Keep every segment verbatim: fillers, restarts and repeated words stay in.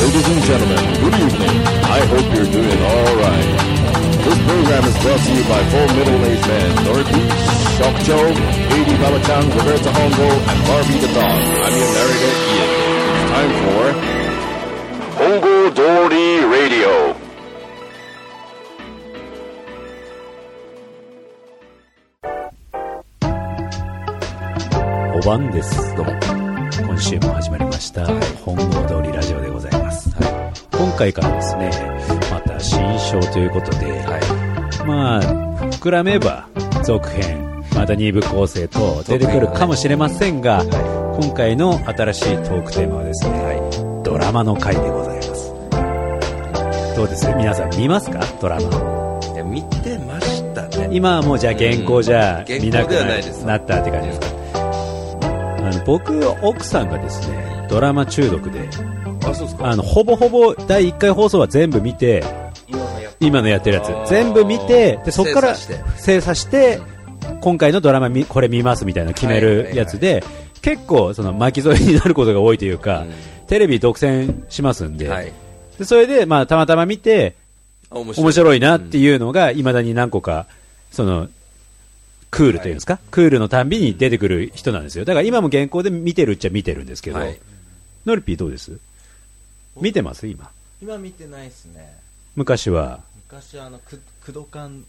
Ladies and gentlemen, good evening. I hope you're doing alright. This program is brought to you by four middle-aged men, Dorothy, Shock Joe, Baby Baba-chan, Roberta Hongo, and Barbie the dog. I'm your narrator, Ian. It's time for Hongo Dory Radio. お晩です。どうも。今週も始まりました、はい、本郷通りラジオでございます、はい、今回からですねまた新章ということで、はい、まあ膨らめば続編またに部構成と出てくるかもしれませんが、はい、今回の新しいトークテーマはですね、はい、ドラマの回でございます。どうです皆さん見ますかドラマ。 いや見てましたね。 今はもうじゃあ原稿じゃ見なく な, な, なったって感じですか。あの僕奥さんがですねドラマ中毒で、 あ、そうですか。 あのほぼほぼだいいっかい放送は全部見て、今のやってるやつ全部見て、でそこから精査して今回のドラマこれ見ますみたいな決めるやつで、はいはいはい、結構その巻き添えになることが多いというか、うん、テレビ独占しますんで、はい、でそれでまあたまたま見て面白い、面白いなっていうのがいまだに何個かそのクールというんですか、はい、クールのたんびに出てくる人なんですよ。だから今も原稿で見てるっちゃ見てるんですけど、はい、ノリピーどうです？見てます今？ 今見てないですね。 昔は昔はあのクドカン、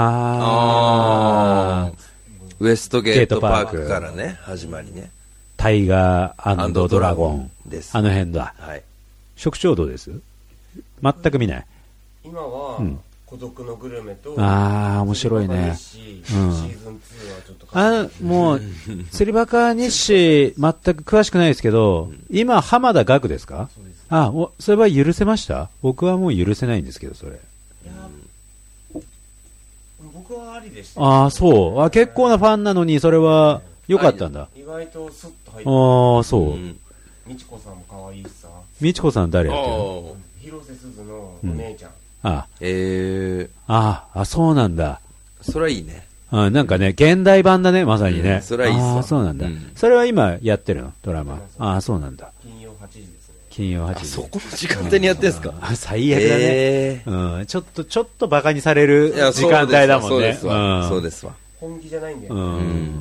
ああウエストゲートパークからね始まりね、 タイガー&ドラゴンです。あの辺だ、はい、職長どうです？全く見ない。 今は、うん、孤独のグルメと、 ああ面白いね、 シーズンツーはちょっとあもう釣りバカ日誌全く詳しくないですけど、今浜田岳ですか？そうです。あおそれは許せました？僕はもう許せないんですけどそれ。いや僕はありでした、 ね、ああそうあ結構なファンなのにそれは良かったんだ。 意外とスッと入って、 ああそう、うん、 みちこさんも可愛いしさ。 みちこさん誰やってるの？ 広瀬すずのお姉ちゃん、 うん、あえー、 ああそうなんだ。 それはいいね。 あなんかね現代版だねまさにね、 うん、それはいいっす。 あそうなんだ、うん、それは今やってるのドラマ。あそうなんだ。 金曜はちじですね。 金曜はちじ。 そこの時間帯にやってんすか？ 最悪だね、えーうん、ちょっとちょっとバカにされる時間帯だもんね。 そうですわ、うん、そうですわ。 本気じゃないんだよ、 ね、うんうん、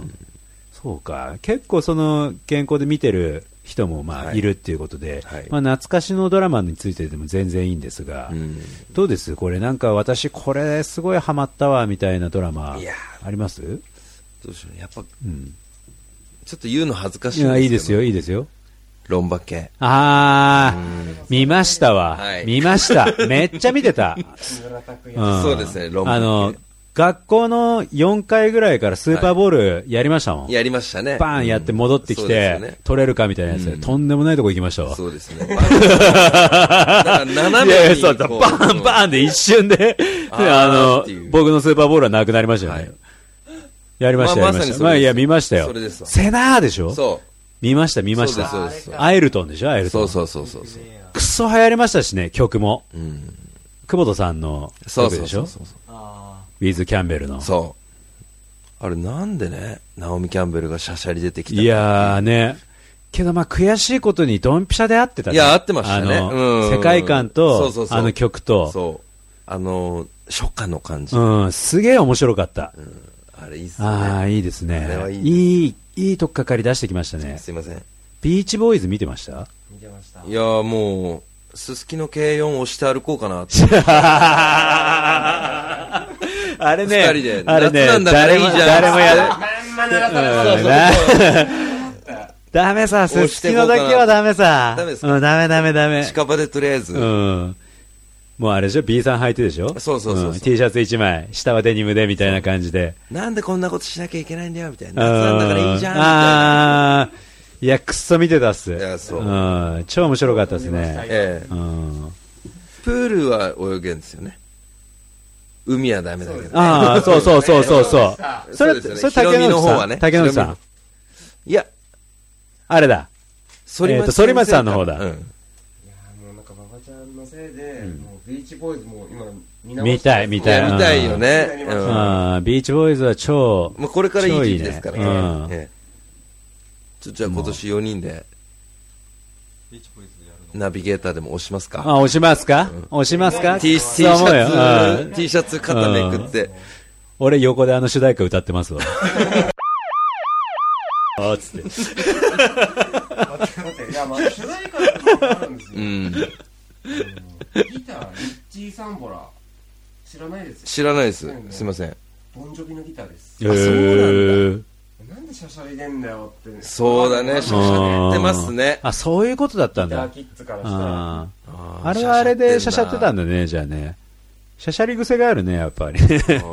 そうか結構その健康で見てる人もまあいるっていうことで、はいはい、まあ、懐かしのドラマについてでも全然いいんですが、うん、どうですこれなんか私これすごいハマったわみたいなドラマあります？ どうしようやっぱ、うん、ちょっと言うの恥ずかしいんですけど。 いやいいですよいいですよ。 ロンバケ。 あー見ましたわ、はい、見ましためっちゃ見てた、 うん、そうですねロンバケ。あの学校のよんかいぐらいからスーパーボールやりましたもん、はい、 やりましたね。 バーンやって戻ってきて、うんね、取れるかみたいなやつで、うん、とんでもないとこ行きましたわ。 そうですね。だから斜めにこう、いやいやそうバーンバーンで一瞬であの僕のスーパーボールはなくなりましたよね、はい、やりましたやりました、まあ、いや見ましたよ。 それですわ。 セナーでしょ。 そう見ました見ました。 そうですそうです。 アイルトンでしょアイルトン。 そうそうそうそう。 クソ流行りましたしね曲も、うん、久保田さんの曲でしょ。そうそうそうそうウィズ・キャンベルの。 そうあれなんでねナオミ・キャンベルがシャシャリ出てきた。 いやーねけどまあ悔しいことにドンピシャで合ってたね。 いや合ってましたね。あの、 うん、世界観とそうそうそうあの曲とそうあの初夏の感じ、 うん、すげえ面白かった、 うん、あれいいっすね。ああいいですね。 あれはいいです。 いいいいとっかかり出してきましたね。 すいません。 ビーチボーイズ見てました？ 見てました。 いやもうすすきの軽よんを押して歩こうかなってあれね、 ふたりであれね、誰も誰もやる。ダメさ、すすきのだけはダメさ。 ダメですか？ うん、ダメダメダメ。 近場でとりあえず。 うん。もうあれでしょ B さん履いてでしょ。 そうそうそうそう、うん、 T シャツいちまい、下はデニムでみたいな感じで。 なんでこんなことしなきゃいけないんだよみたいな。夏なんだからいいじゃんみたいな。 ああ。いや、くっそ見てたっす。 いや、そう。 うん、超面白かったですね。 ええ。 うん。 プールは泳げんですよね。海はダメだけど。 ああ、そうそうそうそうそう。それ、それ、それ竹野内さん。竹野内さん。 いや、 あれだ。 反町反町さんの方だ。 いや、もうなんか馬場ちゃんのせいで、もうビーチボーイズも今見直して見たい見たい見たいよね。 ああ、ビーチボーイズは超。 もうこれからいい時期ですからね。じゃあ今年よにんでナビゲーターでも押しますか？ あ、押しますか、うん、押しますか T, T シャツ、T シャツ肩めくって。 俺横であの主題歌歌ってますわ。あーつって。 待って待って、いや、まあ、主題歌ってあるんですよ。うん。ギター、リッチーサンボラ。知らないです。 知らないです。すいません。 ボンジョビのギターです。 へー。 なんでシャシャリでんだよって。 そうだね、シャシャってますね。 あ、そういうことだったんだ。 ギターキッズからしたら。 あ, あれはあれでシャシャってたんだね、じゃあね。シャシャリ癖があるね、やっぱり。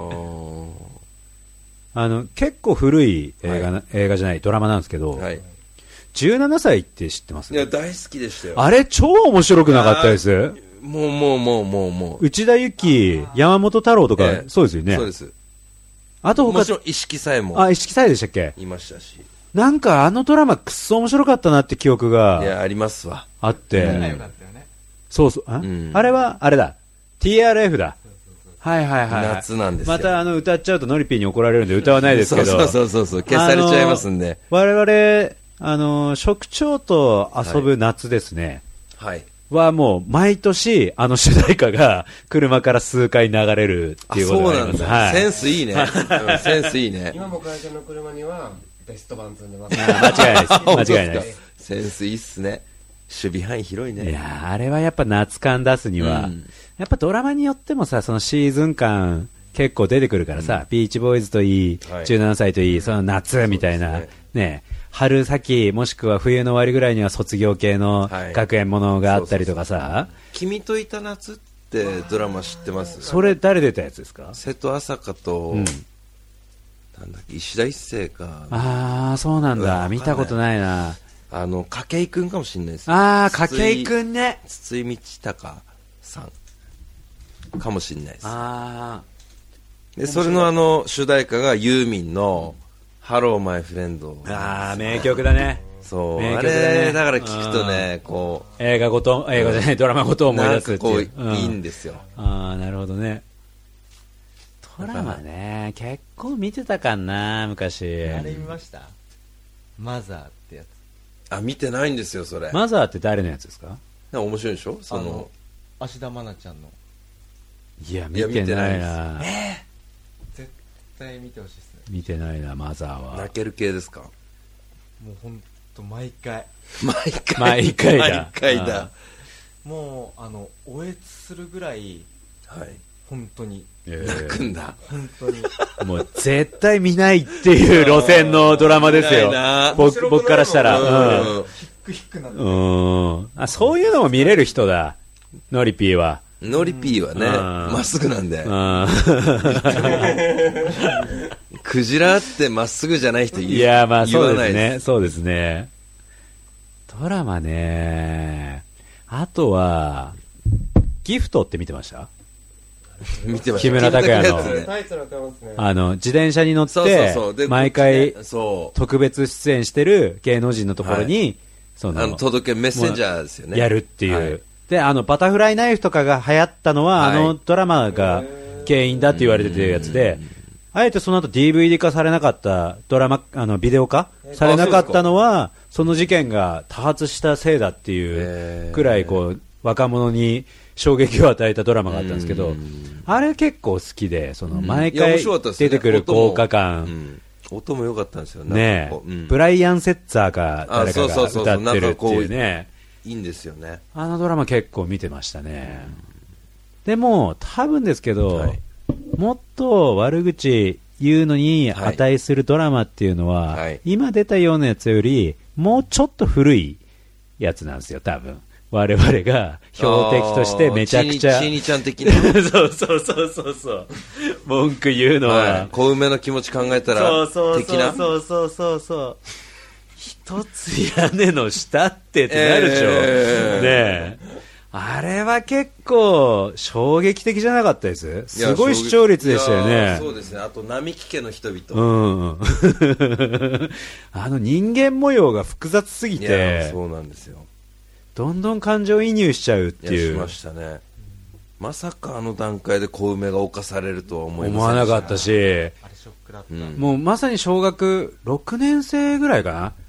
あの、結構古い映画、はい、映画じゃない、ドラマなんですけど、はい、じゅうななさいって知ってます？ いや、大好きでしたよ。 あれ超面白くなかったです？ もうもうもうもうもう。内田有紀、山本太郎とか、ええ、そうですよね。 そうです。 あと他、 もちろん意識さえも。 あ、意識さえでしたっけ？ いましたし。 なんかあのドラマくっそ面白かったなって記憶が。 いや、ありますわ。 あって。 仲良かったよね。 そうそう。あ、うん、あれは、あれだ。ティーアールエフ だ。はいはいはい。 夏なんですよ。 またあの歌っちゃうとノリピーに怒られるんで歌わないですけど。 そうそうそうそう。消されちゃいますんで。 我々、あの、職長と遊ぶ夏ですね。 はい。 はもう毎年あの主題歌が車から数回流れるっていうことがあります。 そうなんだ、はい、センスいいね。センスいいね。 今も会社の車にはベスト版積んでます。 間違いないです。間違いないです。 センスいいっすね。守備範囲広いね。 いやあれはやっぱ夏感出すには、うん、やっぱドラマによってもさ、そのシーズン感結構出てくるからさ、うん、ビーチボーイズといい、はい、じゅうななさいといい、その夏みたいな、ね、ね、春先もしくは冬の終わりぐらいには卒業系の学園ものがあったりとかさ、はい、そうそうそう、 君といた夏ってドラマ知ってます？ それ誰出たやつですか？ 瀬戸朝香と、うん、なんだっけ、石田一生か。 ああ、そうなんだ、見たことないな。 あの筧くんかもしれないです。 ああ、筧くんね。 筒井道隆さんかもしれないです。ああ。でそれのあの主題歌がユーミンのハローマイフレンド。 ああ、名曲だね。 そう、ね、あれだから聞くとね、こう映画ごと、映画じゃない、ドラマごと思い出すっていう。 なんかこう、うん、いいんですよ。 ああ、なるほどね。ドラマね、結構見てたかな、昔。 あれ見ました？マザーってやつ。 あ、見てないんですよ、それ。 マザーって誰のやつですか？なんか面白いでしょ、その。の芦田愛菜ちゃんの。 いや、見てないな。 えー、絶対見てほしいですね。 見てないな、マザーは。 泣ける系ですか？ もうほんと毎回。 毎回。 毎回だ。 毎回だ。 もう、あの、おえつするぐらい、はい。本当に。 泣くんだ。 本当に。 もう絶対見ないっていう路線のドラマですよ。僕、僕からしたら。 うん。ヒックヒックなんだ。 うん。あ、そういうのも見れる人だ。ノリピーは。 ノリピーはね、まっすぐなんで。クジラってまっすぐじゃない人言わない。いや、まあそうですね。そうですね。ドラマね。あとは、ギフトって見てました？ 見てました。 木村拓哉の、あの、自転車に乗って、毎回、特別出演してる芸能人のところに、その、 届けメッセンジャーですよね。 やるっていう。で、あの、バタフライナイフとかが流行ったのは、あのドラマが原因だって言われてるやつで、あえてその後 ディーブイディー 化されなかったドラマ、あの、ビデオ化されなかったのは、その事件が多発したせいだっていうくらい、こう、若者に衝撃を与えたドラマがあったんですけど、あれ結構好きで、その、毎回出てくる豪華感。 音も良かったんですよね。ブライアン・セッツァーか誰かが歌ってるっていうね。 いいんですよね。 あのドラマ結構見てましたね。でも、多分ですけど、はい、もっと悪口言うのに値するドラマっていうのは、はい、今出たようなやつより、もうちょっと古いやつなんですよ、多分。我々が標的としてめちゃくちゃ。 チーニちゃん的な。 そうそうそうそうそう。文句言うのは。はい、 小梅の気持ち考えたら、的な。 そうそうそうそう。一つ屋根の下ってってなるでしょ、えー、ねえ、あれは結構衝撃的じゃなかったです。すごい視聴率でしたよね。 そうですね。あと並木家の人々、 うん、あの人間模様が複雑すぎて、 いやそうなんですよ。 どんどん感情移入しちゃうっていう。 いやしましたね。まさかあの段階で小梅が侵されるとは思いませんでした。 思わなかったし、あれショックだった、うん、もうまさに小学ろくねん生ぐらいかな。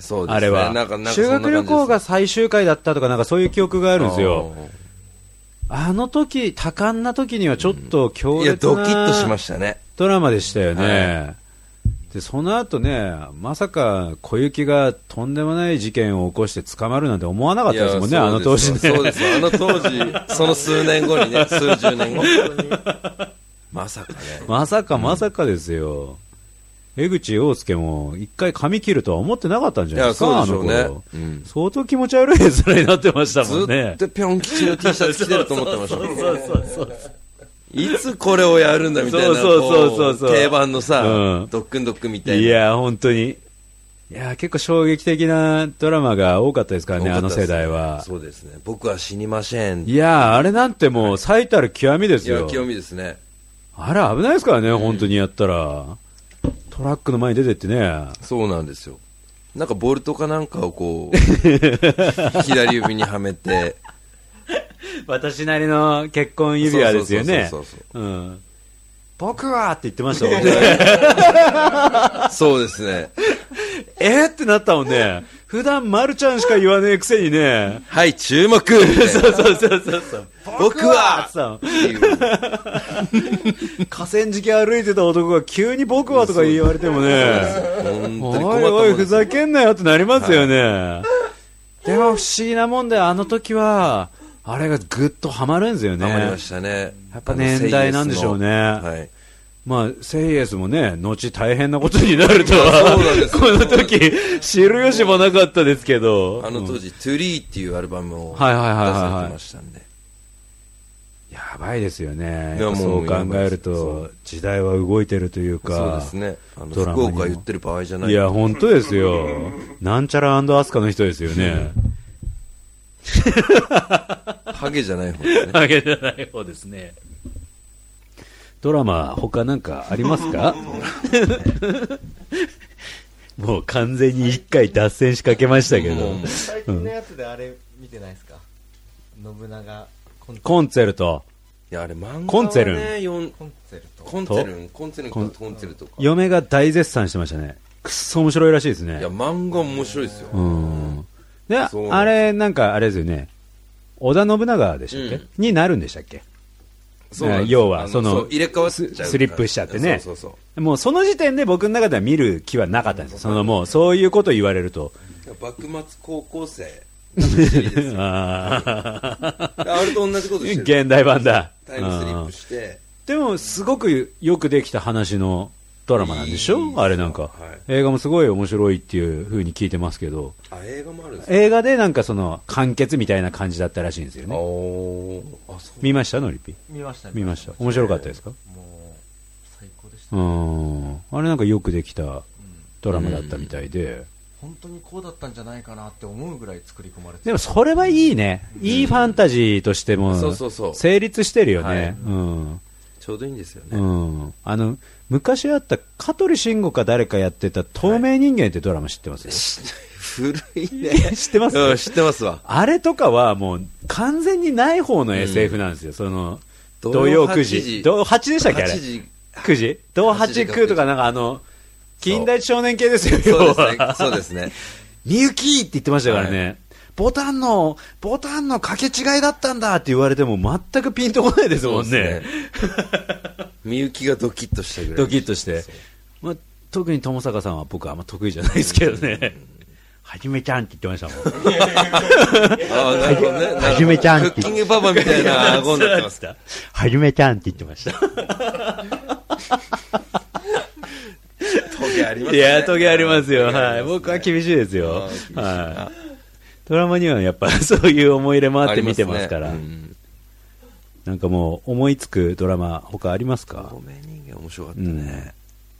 そうですね、 あれはなんかなんか修学旅行が最終回だったとかなんかそういう記憶があるんですよ。あの時多感な時にはちょっと強烈な、 うん、いやドキッとしましたね。 ドラマでしたよね、 はい、 でその後ね、まさか小雪がとんでもない事件を起こして捕まるなんて思わなかったですもんね、あの当時ね。 そうです、あの当時、その数年後にね、数十年後まさかね、 まさかまさかですよ、うん、江口洋介も一回髪切るとは思ってなかったんじゃないですか。いや、そうでしょうね、うん、相当気持ち悪いやつらになってましたもんね。 ずっとぴょん吉の T シャツ着てると思ってましたもんね。 そうそうそうそういつこれをやるんだみたいな、 そうそうそうそう、 定番のさ、うん、ドックンドックンみたいな。 いや本当に、いや結構衝撃的なドラマが多かったですからね、あの世代は。 そうですね、僕は死にません。 いやあれなんてもう最たる極みですよ。 いや極みですね。 あれ危ないですからね、うん、本当にやったらトラックの前に出てってね。 そうなんですよ。なんかボルトかなんかをこう左指にはめて私なりの結婚指輪ですよね。僕はって言ってましたもんね。 そうですね。 えーってなったもんね。普段マルちゃんしか言わねえくせにね。 はい注目。 そうそうそうそうそう。 僕は河川敷歩いてた男が急に僕はとか言われてもね、おいおいふざけんなよってなりますよね。はい、でも不思議なもんで、あの時はあれがぐっとハマるんですよね。 ハマりましたね。 やっぱ年代なんでしょうね。はい、まあセイエスもね、後大変なことになるとはこの時知る由もなかったですけど、 あの当時、うん、トゥリーっていうアルバムを出されてましたんで、 やばいですよね。そう考えると時代は動いてるというか。 そうですね。あの福岡言ってる場合じゃない。 いや本当ですよ。なんちゃら&アスカの人ですよね。 ハゲじゃない方ですね。 ハゲじゃない方ですね。ドラマ他なんかありますか？もう完全に一回脱線しかけましたけど。 最近のやつであれ見てないですか？信長コンツェルト。 いやあれ漫画はね、 コンツェルンコンツェルトコンツェルンコンツェルンコンツェルトか。 嫁が大絶賛してましたね。くっそ面白いらしいですね。 いや漫画面白いですよ。 うん。であれなんかあれですよね。織田信長でしたっけ、うん、になるんでしたっけ？そう要はその入れ替わっちゃうスリップしちゃってね。 そうそうそう。 もうその時点で僕の中では見る気はなかったんですよ。そのもうそういうことを言われると。 幕末高校生。ああれと同じことしてる。 現代版だ。 タイムスリップして。 でもすごくよくできた話のドラマなんでしょ？あれなんか、はい、映画もすごい面白いっていう風に聞いてますけど。 あ、映画もあるんですか？ 映画でなんかその完結みたいな感じだったらしいんですよね。 おあ、そう。 見ました？のりぴ。 見ました。 見ました。面白かったですか？もう最高でした、 ね。うん。あれなんかよくできたドラマだったみたいで。うん、 本当にこうだったんじゃないかなって思うぐらい作り込まれて。 でもそれはいいね。うん、いいファンタジーとしても成立してるよね。はい、うん。 ちょうどいいんですよね。 うん。あの昔あった香取慎吾か誰かやってた透明人間ってドラマ知ってます？ はい、古いね。 知ってます？ うん、知ってますわ。 あれとかはもう完全にない方の エスエフ なんですよ。うん、その土曜くじ、土はちでしたっけあれ？くじ？土はち、くとかなんかあの近代少年系ですよ。 そうですね。そうですね。 みゆきって言ってましたからね。はい、ボタンのボタンの掛け違いだったんだって言われても全くピンとこないですもんね。 みゆきがドキッとしたぐらい。 ドキッとして、まあ、特に友坂さんは僕はあんま得意じゃないですけどね。はじめちゃんって言ってましたもん。 あ、なるほどね。 はじめちゃんって。 クッキングパパみたいな顎になってますか。 はじめちゃんって言ってました。 トゲありますね。 いや、トゲありますよ。はい。僕は厳しいですよ。はい。ドラマにはやっぱそういう思い入れもあって見てますから。なんかもう思いつくドラマ他ありますか？ 透明人間面白かったね。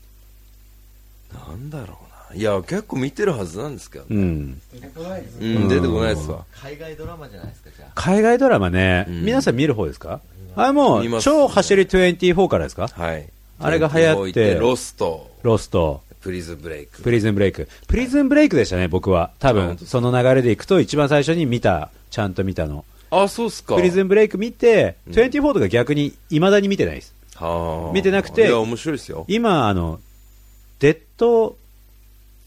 なんだろうな。いや結構見てるはずなんですけど。うん。 出てこないですね。うん、出てこないですわ。 海外ドラマじゃないですかじゃあ。 海外ドラマね。皆さん見る方ですか？あれもう超走りにじゅうよんからですか？ はい。 あれが流行って。 ロスト。 ロスト。 プリズンブレイク。 プリズンブレイク。プリズンブレイクでしたね僕は。多分その流れでいくと一番最初に見たちゃんと見たの。 あ、そうっすか。 プリズンブレイク見て、うん、にじゅうよんとか逆に未だに見てないです。は見てなくて、 いや面白いですよ。 今あのデッド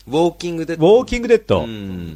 ウォーキングデッウド。 ォーキングデッド。 うん。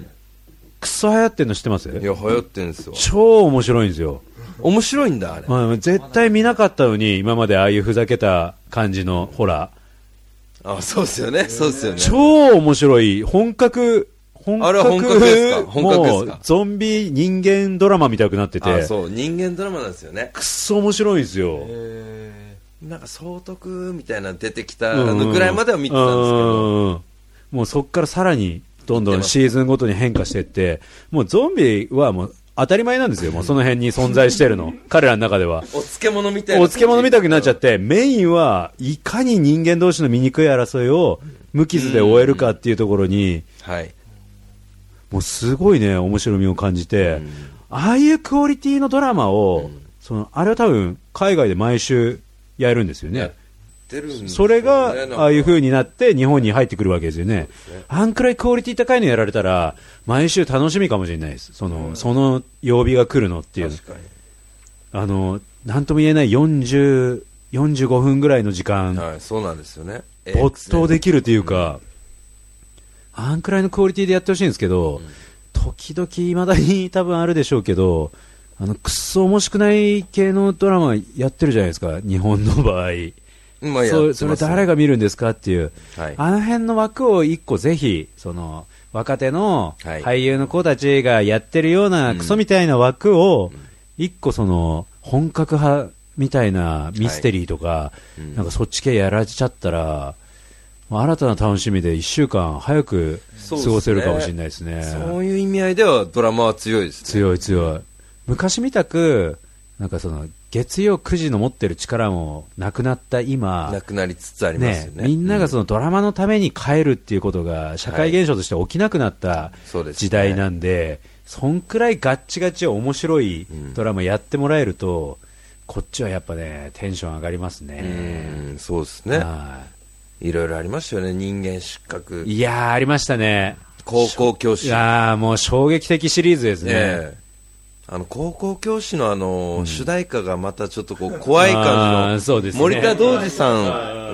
クソ流行ってんの知ってます？ いや、流行ってんですよ。 超面白いんですよ。 面白いんだ、あれ。 まあ、絶対見なかったのに、今までああいうふざけた感じのホラー。あ、そうですよね。そうですよね。 超面白い。本格、本格。 あれは本格ですか？本格ですか？ もう、ゾンビ人間ドラマみたくなってて。 あ、そう。人間ドラマなんですよね。 くっそ面白いんですよ。 へー。なんか、総督みたいな出てきたのぐらいまでは見てたんですけど。 もうそっからさらに、どんどんシーズンごとに変化していって、もうゾンビはもう当たり前なんですよ。もうその辺に存在してるの。彼らの中では。 お漬物みたいな。 お漬物みたくなっちゃって、メインはいかに人間同士の醜い争いを無傷で終えるかっていうところに、 はい。 もうすごいね、面白みを感じて、ああいうクオリティのドラマを、その、あれは多分海外で毎週やるんですよね。それがああいう風になって日本に入ってくるわけですよね。あんくらいクオリティ高いのやられたら毎週楽しみかもしれないです。その、うん、その曜日が来るのっていう。確かに。あの、なんとも言えないよんじゅう、よんじゅうごふんぐらいの時間、 はい、そうなんですよね。 没頭できるというか、うん、あんくらいのクオリティでやってほしいんですけど、うん、時々未だに多分あるでしょうけど、あの、くっそ面白くない系のドラマやってるじゃないですか、日本の場合。まあ、そ, それ誰が見るんですかっていう、はい、あの辺の枠を一個ぜひその若手の俳優の子たちがやってるようなクソみたいな枠を一個その本格派みたいなミステリーとか、はいうん、なんかそっち系やられちゃったら新たな楽しみでいっしゅうかん早く過ごせるかもしれないですね。 そうですね。そういう意味合いではドラマは強いですね。 強い強い。昔みたくなんかその月曜くじの持ってる力もなくなった今、 なくなりつつありますよね。 ね、みんながそのドラマのために帰るっていうことが社会現象として起きなくなった時代なんで、はい、そんくらいガッチガチ面白いドラマやってもらえると、うん、こっちはやっぱねテンション上がりますね。 うん、そうですね。いろいろありましたよね。人間失格。 いやーありましたね。 高校教師。 いやーもう衝撃的シリーズですね。ねあの高校教師のあの、うん、主題歌がまたちょっとこう怖い感じの、ね、森田童子さん、うん、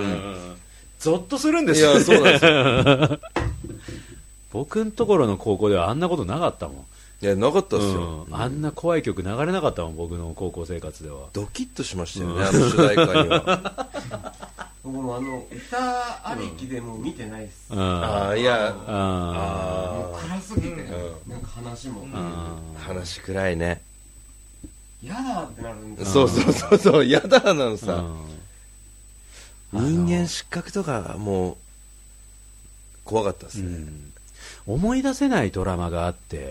ゾッとするんですよ。 いやそうなんですよ。 僕のところの高校ではあんなことなかったもん。 いやなかったですよ、 うん、あんな怖い曲流れなかったもん僕の高校生活では。 ドキッとしましたよね、うん、あの主題歌には。 僕もあの歌ありきでも見てないです、 うん、ああいやああ暗すぎて、うん、なんか話も、うん、 話暗いね。 やだってなるんです。 そうそうそうそうやだなのさ、うん、人間失格とかもう怖かったですね、 うん、思い出せないドラマがあって、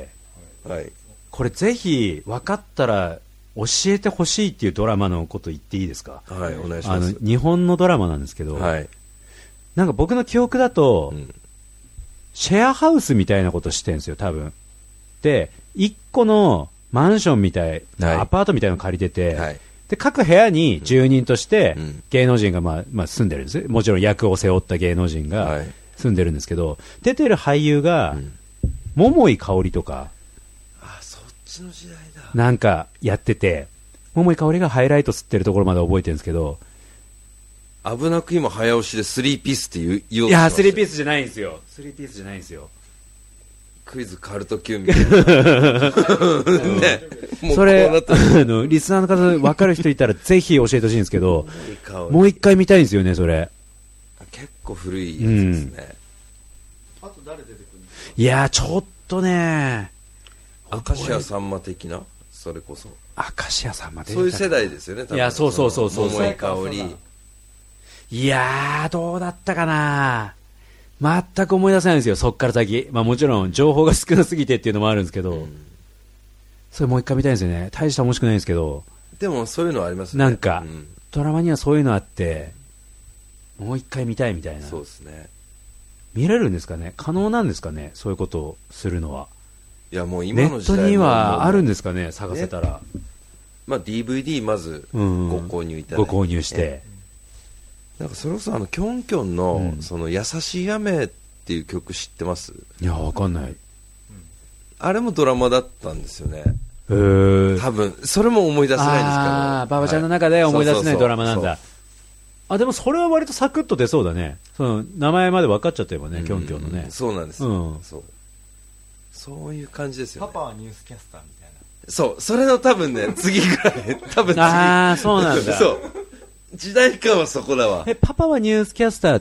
はい、 これぜひ分かったら教えてほしいっていうドラマのこと言っていいですか？ はい、お願いします。 あの日本のドラマなんですけど、 はい、 なんか僕の記憶だと、うん、シェアハウスみたいなことしてるんですよ多分。で一個のマンションみたいな、はい、アパートみたいなの借りてて、はい、で各部屋に住人として芸能人が、まあまあ、住んでるんです。もちろん役を背負った芸能人が住んでるんですけど、はい、出てる俳優が、うん、桃井かおりとか、 あ、そっちの時代だ。 なんかやってて、桃井かおりがハイライト吸ってるところまで覚えてるんですけど、 危なく今早押しでスリーピースって言う言おうとしました。 いやスリーピースじゃないんですよ。スリーピースじゃないんですよ。 クイズカルト級みたいな。ね、 もうそれあのリスナーの方分かる人いたらぜひ教えてほしいんですけど、もう一回見たいんですよねそれ。 結構古いやつですね。 うん、あと誰出てくるんですか？ いやちょっとね。 明石家さんま的な。それこそ明石家さんまでそういう世代ですよね多分。 いやそうそうそうそう桃井かおり。 いやーどうだったかな。全く思い出せないんですよそっから先。まあもちろん情報が少なすぎてっていうのもあるんですけど、うん、それもう一回見たいんですよね。大した面白くないんですけど、 でもそういうのありますね。 なんか、うん、ドラマにはそういうのあってもう一回見たいみたいな。 そうですね。 見れるんですかね。可能なんですかねそういうことをするのは。 いやもう今の時代ネットにはあるんですかね探せたら、 ね、まあ、ディーブイディー まずご購入いただいて、 ご購入してなんかそれこそあのキョンキョン の,、うん、その優しい雨っていう曲知ってます？ いやわかんない、うん、 あれもドラマだったんですよね。 へー、 多分それも思い出せないんですけど、 あ馬場ちゃんの中で思い出せないドラマなんだ。 あ、でもそれは割とサクッと出そうだね。その名前まで分かっちゃってればね、キョンキョンのね。 そうなんですよ、 うん、 そうそういう感じですよ、ね、 パパはニュースキャスターみたいな。 そう、それの多分ね、次ぐらい、多分次。 ああ、そうなんだ。 そう。時代感はそこだわ。 え、パパはニュースキャスターって、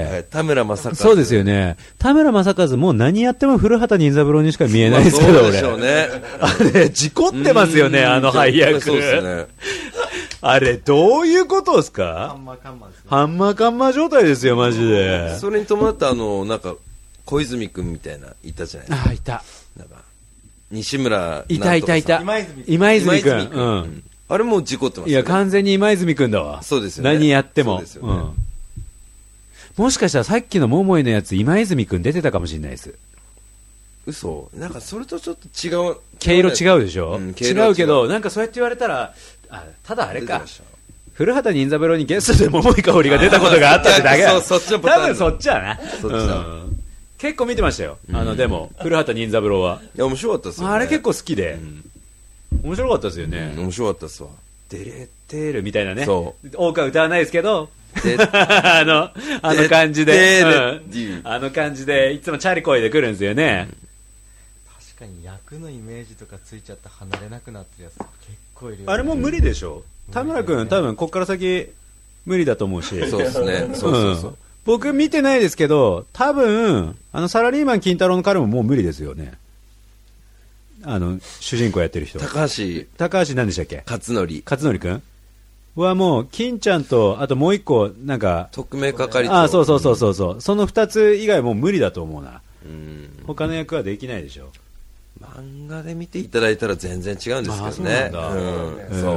はい、田村正和。 そうですよね。田村正和、もう何やっても古畑任三郎にしか見えないですけど、 まあ、そうでしょうね。 あれ、事故ってますよね、あの配役。 そうですね。 あれ、どういうことですか？ ハンマーカンマーですね。 ハンマーカンマー状態ですよ、マジで。 それに伴って、あの、なんか、小泉くんみたいな、いたじゃないですか。 あ、いた。 なんか、西村。 いたいたいた。 今泉今泉くん。 うん。あれもう事故ってますよね。いや、完全に今泉くんだわ。 そうですよね。 何やっても。 そうですよね。うん。 もしかしたらさっきの桃井のやつ、今泉くん出てたかもしれないです。 嘘？なんかそれとちょっと違う。 毛色違うでしょ、うん、違うけど、なんかそうやって言われたら、あ、ただあれか。古畑任三郎にゲストで桃井かおりが出たことがあったってだけだ。 そう、そっちのパターン。 多分そっちはな。 そっちだ。うん、 結構見てましたよ。あの、でも、古畑任三郎は。 いや、面白かったですよね。 あれ結構好きで。うん、面白かったですよね。 うん、面白かったっすわ。 デレテールみたいなね。 そう。 多くは歌わないですけど、あの、あの感じで、うん、あの感じで、いつもチャリ声で来るんですよね。 確かに役のイメージとかついちゃって離れなくなってるやつ結構いるよね。 あれも無理でしょ？田村君、多分こっから先無理だと思うし。 そうですね。そうそうそう。 僕見てないですけど、多分あのサラリーマン金太郎の彼ももう無理ですよね。あの主人公やってる人。 高橋。 高橋なんでしたっけ？ 勝則。 勝則君はもう金ちゃんとあともう一個なんか特命係長。 あ、そうそうそうそうそう。その二つ以外もう無理だと思うな。うん。他の役はできないでしょ。 漫画で見ていただいたら全然違うんですけどね。 あ、そうなんだ。うん。そう。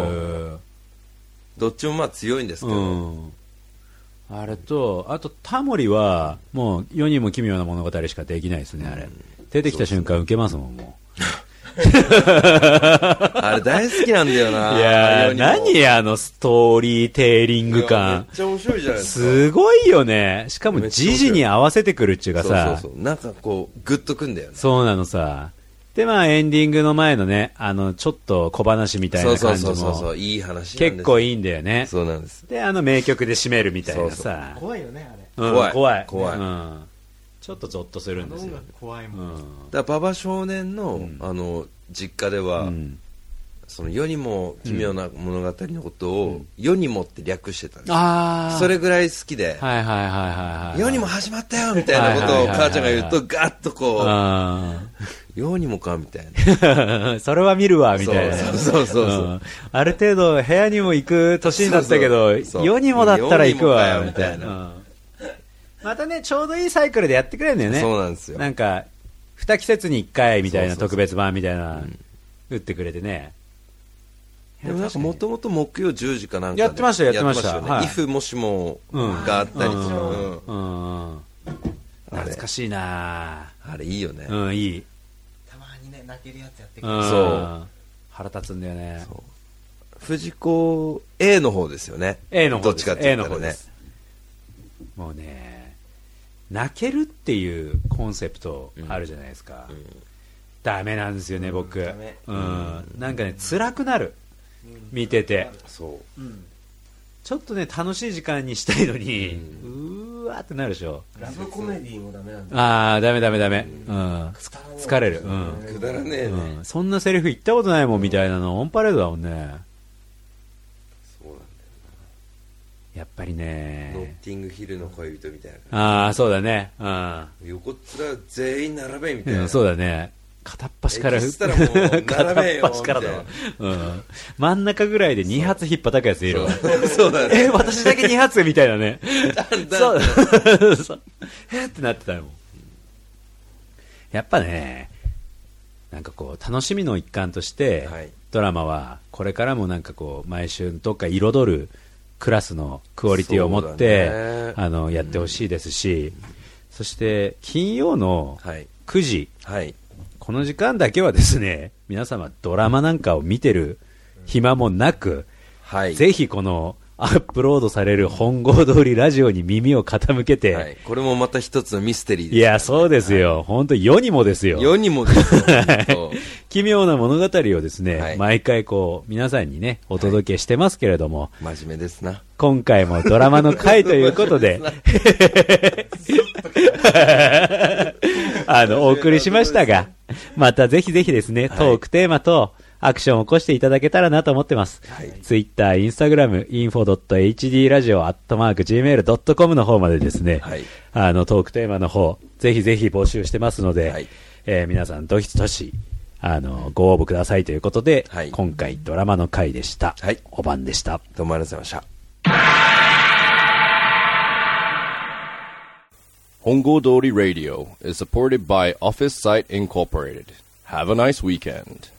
どっちもまあ強いんですけど、うん、 あれとあとタモリはもう世にも奇妙な物語しかできないですね。あれ、うん、出てきた瞬間受けますもん。もうあれ大好きなんだよな。 いや何あのストーリーテーリング感。 めっちゃ面白いじゃないですか。 すごいよね。しかも時事に合わせてくるっていうかさ、 そうそうそう、なんかこうグッとくんだよね。 そうなのさ。でまあエンディングの前のね、あのちょっと小話みたいな感じもそうそうそうそう、いい話なんです。 結構いいんだよね。 そうなんです。 であの名曲で締めるみたいなさ。そうそう怖いよねあれ。うん、怖い怖い怖い、うん。ちょっとゾッとするんですよ。 怖いもん。 うん、だから馬場少年の、うん、あの実家では、うん、その世にも奇妙な物語のことを、うん、世にもって略してたんですよ。あそれぐらい好きで、 はいはいはいはいはい、 世にも始まったよみたいなことを母ちゃんが言うとガッとこう世にもかみたいなそれは見るわみたいな。 そうそうそうそう、うん、 ある程度部屋にも行く年になったけど、そうそうそう、世にもだったら行くわみたいな、うん、またねちょうどいいサイクルでやってくれるんだよね。 そうなんですよ。 なんかに季節にいっかいみたいな特別版みたいな打ってくれてね。 でもなんかもともと木曜じゅうじかなんかでやってましたやってました。 はい、イフもしもがあったりとか、うんうんうん、懐かしいなあれいいよね。 うんいい。 たまにね泣けるやつやってくる。 そう腹立つんだよね。そう藤子 A の方ですよね。 A の方です。 どっちかって言ったらね。 もうね泣けるっていうコンセプトあるじゃないですか、うんうん、ダメなんですよね僕、うんうん、なんかね辛くなる、うん、見ててそう、うん、 ちょっとね楽しい時間にしたいのに、うん、うーわーってなるでしょ。 ラブコメディもダメなんだ。 ああダメダメダメ、うんうん、疲れる、うん、 くだらねえね、 うん、そんなセリフ言ったことないもんみたいなのオンパレードだもんね。やっぱりねノッティングヒルの恋人みたいな。ああそうだね、うん、 横っ面全員並べみたいな、 うん、そうだね。片っ端からしたらもう並べよ片っ端からだわ、うん、真ん中ぐらいでに発引っ叩くやついるわ。 そうだね。 え私だけに発みたいなねそうそうえってなってたよ。やっぱねなんかこう楽しみの一環として、はい、ドラマはこれからもなんかこう毎週どっか彩るクラスのクオリティを持って、ね、あのやってほしいですし、うん、そして金曜のくじ、はいはい、この時間だけはですね皆様ドラマなんかを見てる暇もなく、はい、ぜひこのアップロードされる本郷通りラジオに耳を傾けて、はい、 これもまた一つのミステリーです、 ね、いやそうですよ、はい、本当世にもですよ。 世にもですよ聞奇妙な物語をですね、 はい、 毎回こう皆さんにねお届けしてますけれども、 はい、真面目ですな。 今回もドラマの回ということであのお送りしましたが、またぜひぜひですね、トークテーマとアクションを起こしていただけたらなと思ってます。はい、Twitter、Instagram、インフォ ドット エイチディー ラジオ アットマーク ジーメール ドットコム の方までですね、はい、あのトークテーマの方ぜひぜひ募集してますので、はい、えー、皆さんどひとしあのご応募くださいということで、はい、今回ドラマの回でした。はい、お晩でした。 どうもありがとうございました。 本郷通り Radio is supported by Office Site Incorporated. Have a nice weekend.